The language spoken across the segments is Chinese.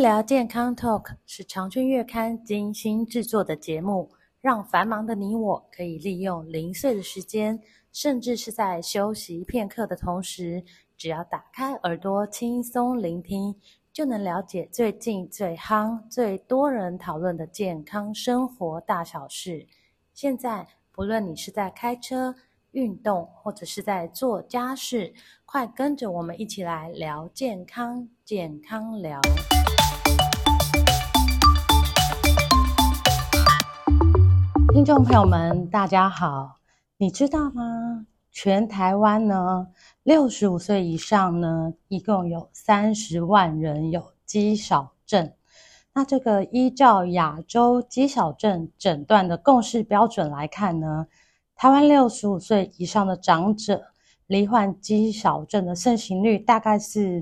聊健康 Talk 是长春月刊精心制作的节目，让繁忙的你我可以利用零碎的时间，甚至是在休息片刻的同时，只要打开耳朵轻松聆听，就能了解最近最夯、最多人讨论的健康生活大小事。现在不论你是在开车、运动，或者是在做家事，快跟着我们一起来聊健康，健康聊。听众朋友们，大家好！你知道吗？全台湾呢，65岁以上呢，一共有30万人有肌少症。那这个依照亚洲肌少症诊断的共识标准来看呢，台湾65岁以上的长者罹患肌少症的盛行率大概是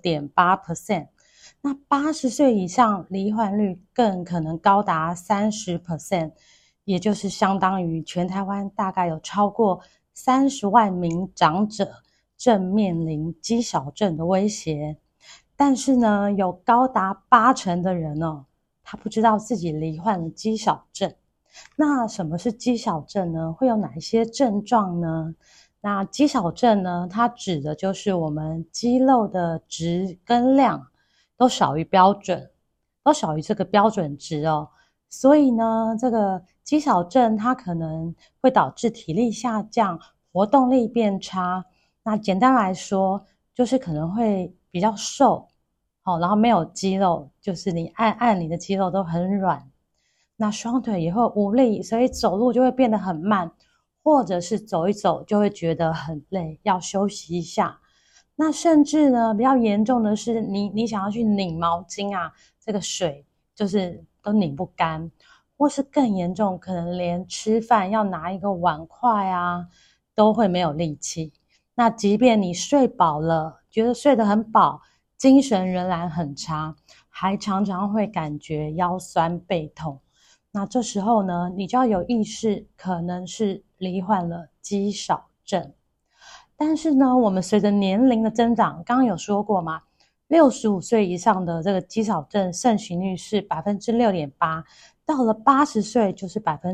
6.8%， 那80岁以上罹患率更可能高达 30%， 也就是相当于全台湾大概有超过30万名长者正面临肌少症的威胁。但是呢，有高达80%的人他不知道自己罹患了肌少症。那什么是肌少症呢？会有哪一些症状呢？那肌少症呢，它指的就是我们肌肉的质跟量都少于标准，都少于这个标准值哦。所以呢，这个肌少症它可能会导致体力下降，活动力变差。那简单来说，就是可能会比较瘦，然后没有肌肉，就是你按你的肌肉都很软。那双腿也会无力，所以走路就会变得很慢，或者是走一走就会觉得很累，要休息一下。那甚至呢，比较严重的是你想要去拧毛巾啊，这个水就是都拧不干，或是更严重，可能连吃饭要拿一个碗筷啊，都会没有力气。那即便你睡饱了，觉得睡得很饱，精神仍然很差，还常常会感觉腰酸背痛。那这时候呢，你就要有意识，可能是罹患了肌少症。但是呢，我们随着年龄的增长，刚刚有说过嘛，65岁以上的这个肌少症盛行率是 6.8%， 到了80岁就是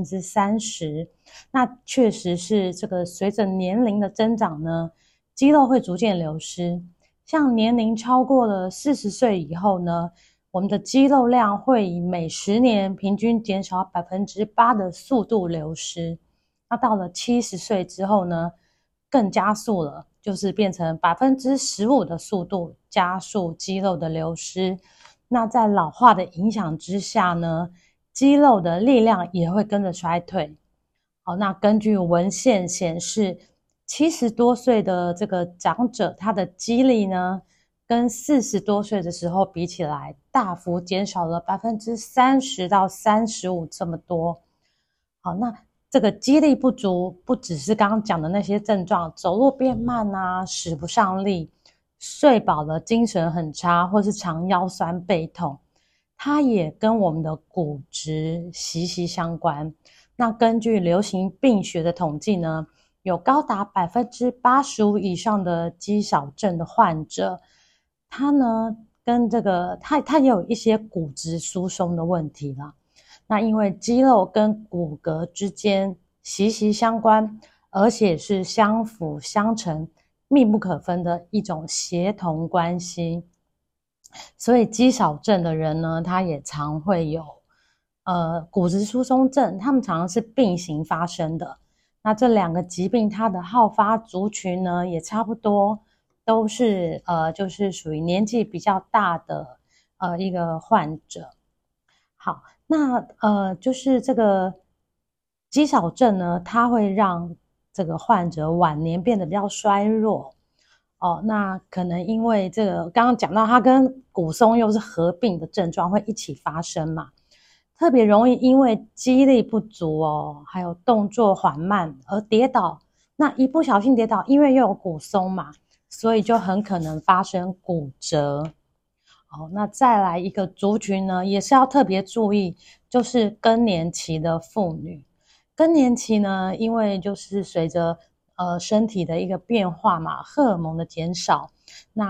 30%。 那确实是这个随着年龄的增长呢，肌肉会逐渐流失。像年龄超过了40岁以后呢，我们的肌肉量会以每10年平均减少 8% 的速度流失。那到了70岁之后呢，更加速了，就是变成 15% 的速度加速肌肉的流失。那在老化的影响之下呢，肌肉的力量也会跟着衰退。好，那根据文献显示，70多岁的这个长者，他的肌力呢，跟40多岁的时候比起来，大幅减少了 30% 到 35% 这么多。好，那这个肌力不足，不只是刚刚讲的那些症状，走路变慢啊，使不上力，睡饱了精神很差，或是常腰酸背痛，它也跟我们的骨质息息相关。那根据流行病学的统计呢，有高达 85% 以上的肌少症的患者，他呢跟这个他也有一些骨质疏松的问题啦。那因为肌肉跟骨骼之间息息相关，而且是相辅相成、密不可分的一种协同关系，所以肌少症的人呢，他也常会有骨质疏松症，他们常常是并行发生的。那这两个疾病它的好发族群呢也差不多，都是就是属于年纪比较大的一个患者。好，那就是这个肌少症呢，它会让这个患者晚年变得比较衰弱。那可能因为这个刚刚讲到它跟骨松又是合并的症状，会一起发生嘛，特别容易因为肌力不足还有动作缓慢而跌倒。那一不小心跌倒，因为又有骨松嘛，所以就很可能发生骨折。那再来一个族群呢，也是要特别注意，就是更年期的妇女。更年期呢，因为就是随着身体的一个变化嘛，荷尔蒙的减少，那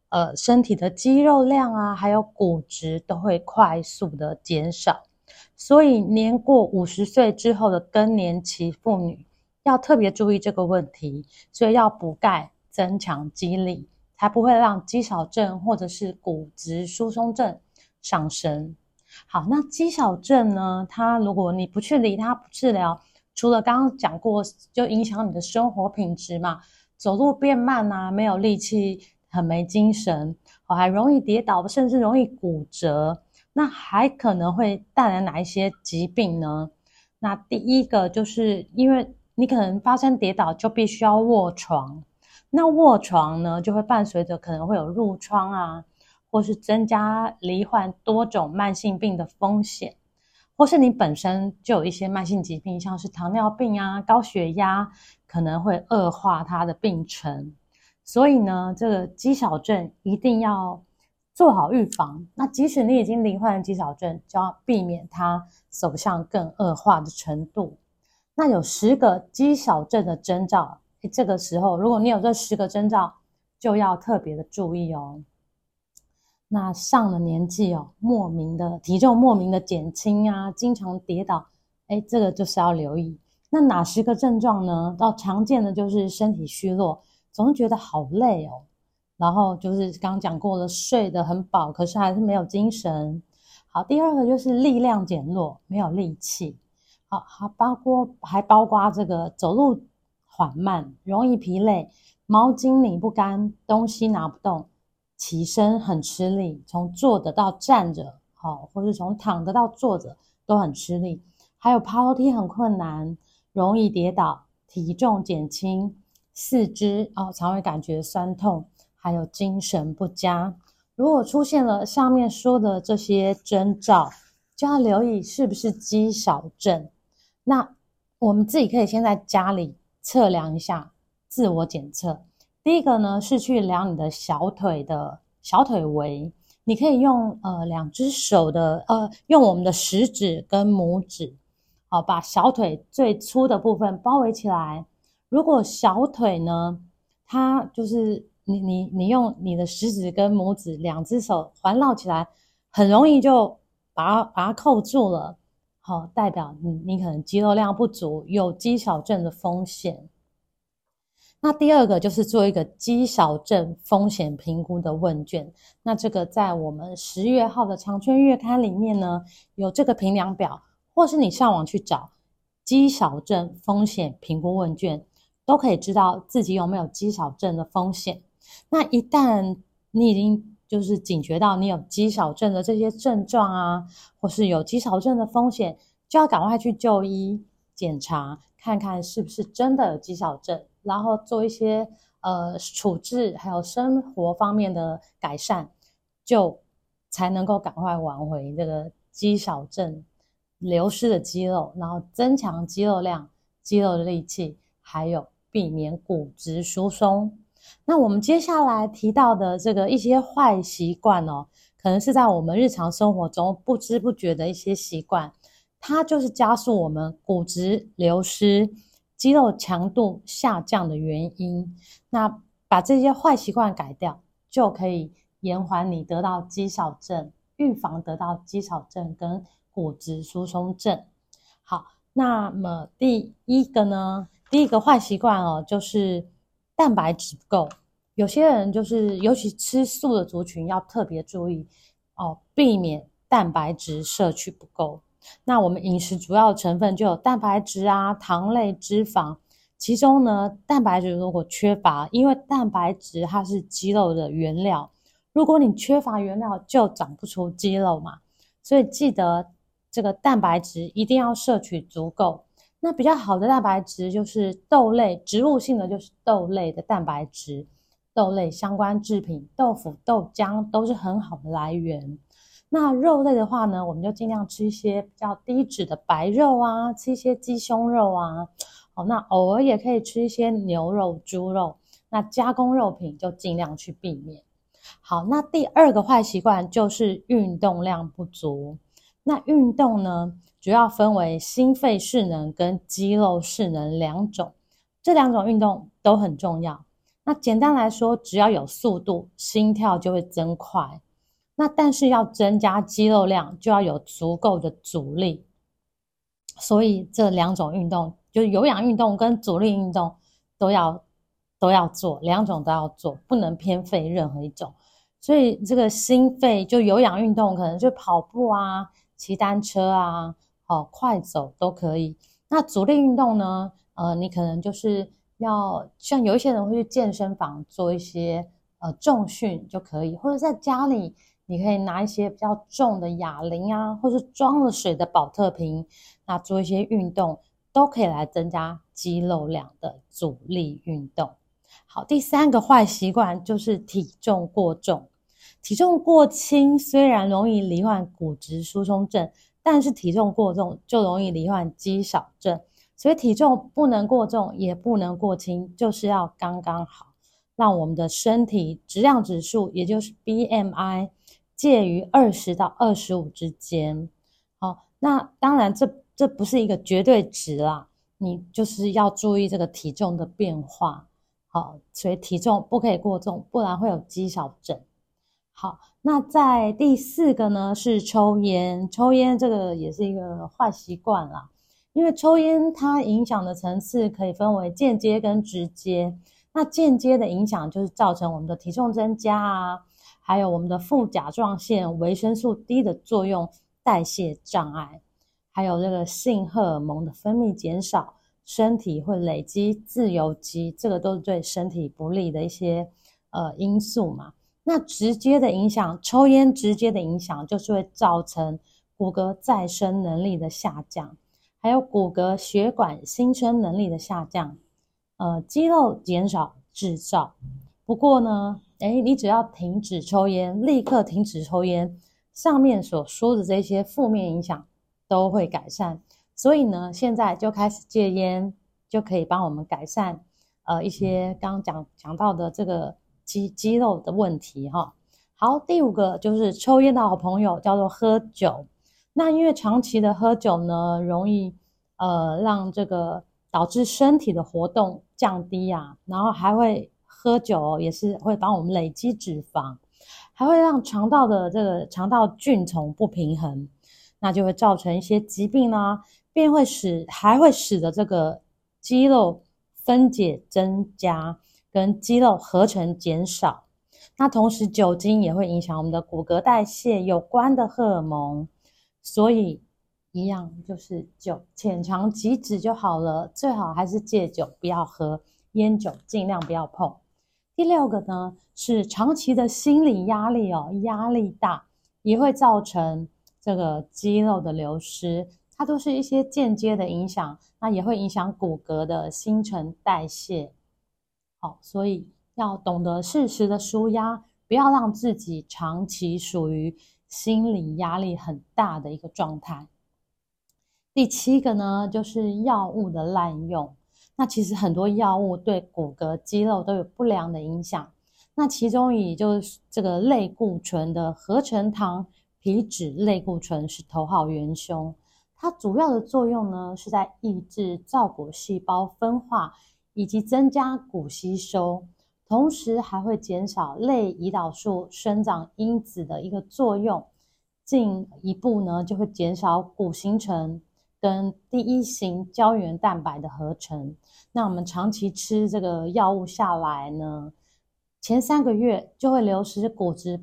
身体的肌肉量啊，还有骨质都会快速的减少。所以年过50岁之后的更年期妇女要特别注意这个问题，所以要补钙增强肌力，才不会让肌少症或者是骨质疏松症上升。好，那肌少症呢，它如果你不去理它，不治疗，除了刚刚讲过就影响你的生活品质嘛，走路变慢啊，没有力气，很没精神，还容易跌倒，甚至容易骨折。那还可能会带来哪一些疾病呢？那第一个就是因为你可能发生跌倒就必须要卧床，那卧床呢就会伴随着可能会有褥疮啊，或是增加罹患多种慢性病的风险，或是你本身就有一些慢性疾病，像是糖尿病啊、高血压，可能会恶化它的病程。所以呢，这个肌少症一定要做好预防。那即使你已经罹患了肌少症，就要避免它走向更恶化的程度。那有10个肌少症的征兆，这个时候如果你有这10个征兆，就要特别的注意哦。那上了年纪哦，体重莫名的减轻啊，经常跌倒，这个就是要留意。那哪10个症状呢？常见的就是身体虚弱，总是觉得好累哦，然后就是刚刚讲过了，睡得很饱，可是还是没有精神。好，第二个就是力量减弱，没有力气。好，还包括这个走路缓慢，容易疲累，毛巾拧不干，东西拿不动，起身很吃力，从坐着到站着，或是从躺着到坐着都很吃力。还有爬楼梯很困难，容易跌倒，体重减轻，四肢常会感觉酸痛，还有精神不佳。如果出现了上面说的这些征兆，就要留意是不是肌少症。那我们自己可以先在家里测量一下，自我检测。第一个呢是去量你的小腿围，你可以用2只手的用我们的食指跟拇指，把小腿最粗的部分包围起来。如果小腿呢，它就是你用你的食指跟拇指2只手环绕起来，很容易就把它扣住了，代表你可能肌肉量不足，有肌少症的风险。那第二个就是做一个肌少症风险评估的问卷，那这个在我们10月号的长春月刊里面呢，有这个评量表，或是你上网去找肌少症风险评估问卷，都可以知道自己有没有肌少症的风险。那一旦你已经就是警觉到你有肌少症的这些症状啊，或是有肌少症的风险，就要赶快去就医检查，看看是不是真的有肌少症，然后做一些处置，还有生活方面的改善，就才能够赶快挽回这个肌少症流失的肌肉，然后增强肌肉量、肌肉的力气，还有避免骨质疏松。那我们接下来提到的这个一些坏习惯可能是在我们日常生活中不知不觉的一些习惯，它就是加速我们骨质流失、肌肉强度下降的原因。那把这些坏习惯改掉，就可以延缓你得到肌少症，预防得到肌少症跟骨质疏松症。好，那么第一个坏习惯就是蛋白质不够。有些人就是尤其吃素的族群要特别注意避免蛋白质摄取不够。那我们饮食主要成分就有蛋白质啊、糖类、脂肪，其中呢，蛋白质如果缺乏，因为蛋白质它是肌肉的原料，如果你缺乏原料就长不出肌肉嘛，所以记得这个蛋白质一定要摄取足够。那比较好的蛋白质就是豆类，植物性的就是豆类的蛋白质，豆类相关制品，豆腐、豆浆都是很好的来源。那肉类的话呢，我们就尽量吃一些比较低脂的白肉啊，吃一些鸡胸肉啊。那偶尔也可以吃一些牛肉、猪肉。那加工肉品就尽量去避免。好，那第二个坏习惯就是运动量不足。那运动呢，主要分为心肺适能跟肌肉适能2种，这2种运动都很重要。 那简单来说，只要有速度，心跳就会增快。那但是要增加肌肉量，就要有足够的阻力。所以这两种运动，就是有氧运动跟阻力运动都要做，两种都要做，不能偏废任何一种。所以这个心肺就有氧运动，可能就跑步啊、骑单车啊、快走都可以。那阻力运动呢，你可能就是要像有一些人会去健身房做一些重训就可以，或者在家里你可以拿一些比较重的哑铃啊，或是装了水的保特瓶，那做一些运动都可以来增加肌肉量的阻力运动。好，第三个坏习惯就是体重过重。体重过轻虽然容易罹患骨质疏松症，但是体重过重就容易罹患肌少症。所以体重不能过重，也不能过轻，就是要刚刚好，让我们的身体质量指数，也就是 BMI 介于20到25之间。好，那当然这不是一个绝对值啦，你就是要注意这个体重的变化。好，所以体重不可以过重，不然会有肌少症。好，那在第四个呢是抽烟。抽烟这个也是一个坏习惯啦，因为抽烟它影响的层次可以分为间接跟直接。那间接的影响就是造成我们的体重增加啊，还有我们的副甲状腺维生素 D 的作用代谢障碍，还有这个性荷尔蒙的分泌减少，身体会累积自由基，这个都是对身体不利的一些因素嘛。那直接的影响，抽烟直接的影响就是会造成骨骼再生能力的下降，还有骨骼血管新生能力的下降，肌肉减少制造。不过呢，你只要停止抽烟，立刻停止抽烟，上面所说的这些负面影响都会改善。所以呢，现在就开始戒烟，就可以帮我们改善一些刚刚讲到的这个肌肉的问题哈。好，第五个就是抽烟的好朋友叫做喝酒。那因为长期的喝酒呢，容易让这个导致身体的活动降低啊，然后还会喝酒也是会帮我们累积脂肪，还会让肠道的这个肠道菌丛不平衡，那就会造成一些疾病啦，还会使得这个肌肉分解增加，跟肌肉合成减少。那同时酒精也会影响我们的骨骼代谢有关的荷尔蒙，所以一样就是酒浅尝即止就好了，最好还是戒酒，不要喝烟酒，尽量不要碰。第六个呢是长期的心理压力压力大也会造成这个肌肉的流失，它都是一些间接的影响，那也会影响骨骼的新陈代谢。好，所以要懂得适时的抒压，不要让自己长期属于心理压力很大的一个状态。第七个呢，就是药物的滥用。那其实很多药物对骨骼、肌肉都有不良的影响。那其中以就是这个类固醇的合成糖皮质类固醇是头号元凶。它主要的作用呢，是在抑制造骨细胞分化以及增加骨吸收，同时还会减少类胰岛素生长因子的一个作用，进一步呢就会减少骨形成跟第一型胶原蛋白的合成。那我们长期吃这个药物下来呢，前3个月就会流失骨质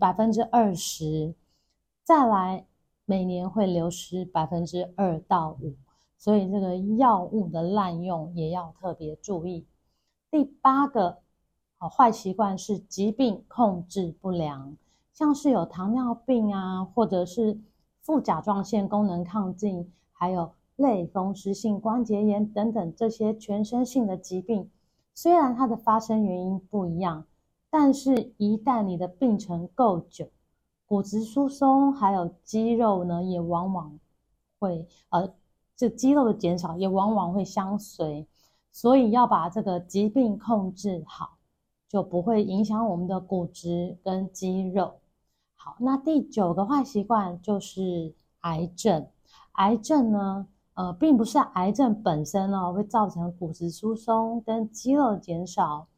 20%， 再来每年会流失 2%到5%，所以这个药物的滥用也要特别注意。第8个坏习惯是疾病控制不良，像是有糖尿病啊，或者是副甲状腺功能亢进，还有类风湿性关节炎等等这些全身性的疾病，虽然它的发生原因不一样，但是一旦你的病程够久，骨质疏松还有肌肉呢也往往会这肌肉的减少也往往会相随，所以要把这个疾病控制好，就不会影响我们的骨质跟肌肉。好，那第9个坏习惯就是癌症。癌症呢并不是癌症本身会造成骨质疏松跟肌肉减少，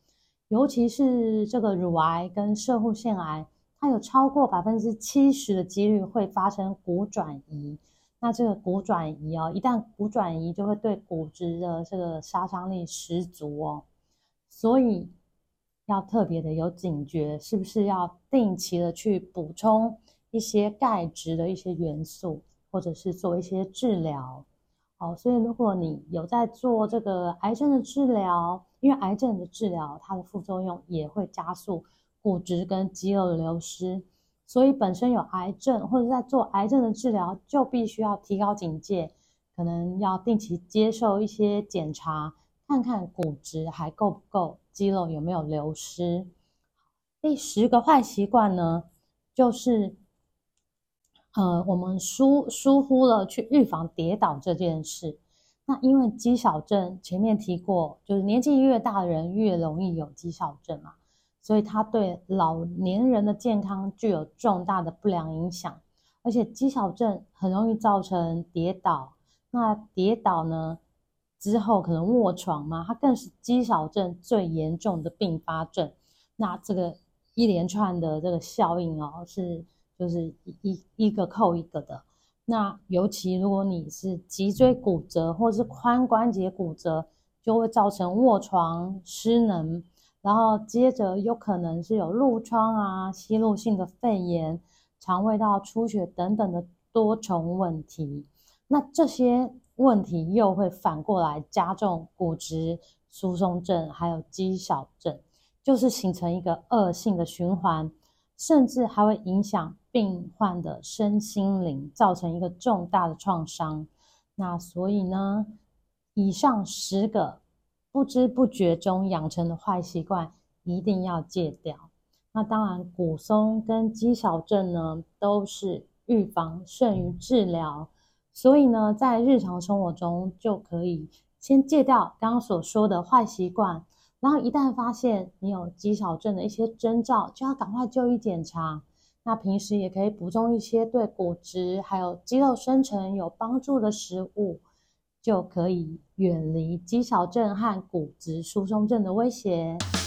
尤其是这个乳癌跟摄护腺癌，它有超过70%的几率会发生骨转移。那这个骨转移一旦骨转移，就会对骨质的这个杀伤力十足哦。所以要特别的有警觉，是不是要定期的去补充一些钙质的一些元素，或者是做一些治疗。所以如果你有在做这个癌症的治疗，因为癌症的治疗它的副作用也会加速骨质跟肌肉的流失，所以本身有癌症或者在做癌症的治疗，就必须要提高警戒，可能要定期接受一些检查，看看骨质还够不够，肌肉有没有流失。第10个坏习惯呢，就是我们疏忽了去预防跌倒这件事。那因为肌少症前面提过，就是年纪越大的人越容易有肌少症嘛，所以它对老年人的健康具有重大的不良影响。而且肌少症很容易造成跌倒，那跌倒呢之后可能卧床嘛，它更是肌少症最严重的并发症。那这个一连串的这个效应就是一个扣一个的。那尤其如果你是脊椎骨折或是髋关节骨折，就会造成卧床失能，然后接着有可能是有褥疮啊、吸入性的肺炎、肠胃道出血等等的多重问题。那这些问题又会反过来加重骨质疏松症还有肌少症，就是形成一个恶性的循环，甚至还会影响病患的身心灵，造成一个重大的创伤。那所以呢，以上10个不知不觉中养成的坏习惯一定要戒掉。那当然骨松跟肌少症呢都是预防胜于治疗，所以呢在日常生活中就可以先戒掉刚刚所说的坏习惯，然后一旦发现你有肌少症的一些征兆，就要赶快就医检查。那平时也可以补充一些对骨质还有肌肉生成有帮助的食物，就可以远离肌少症和骨质疏松症的威胁。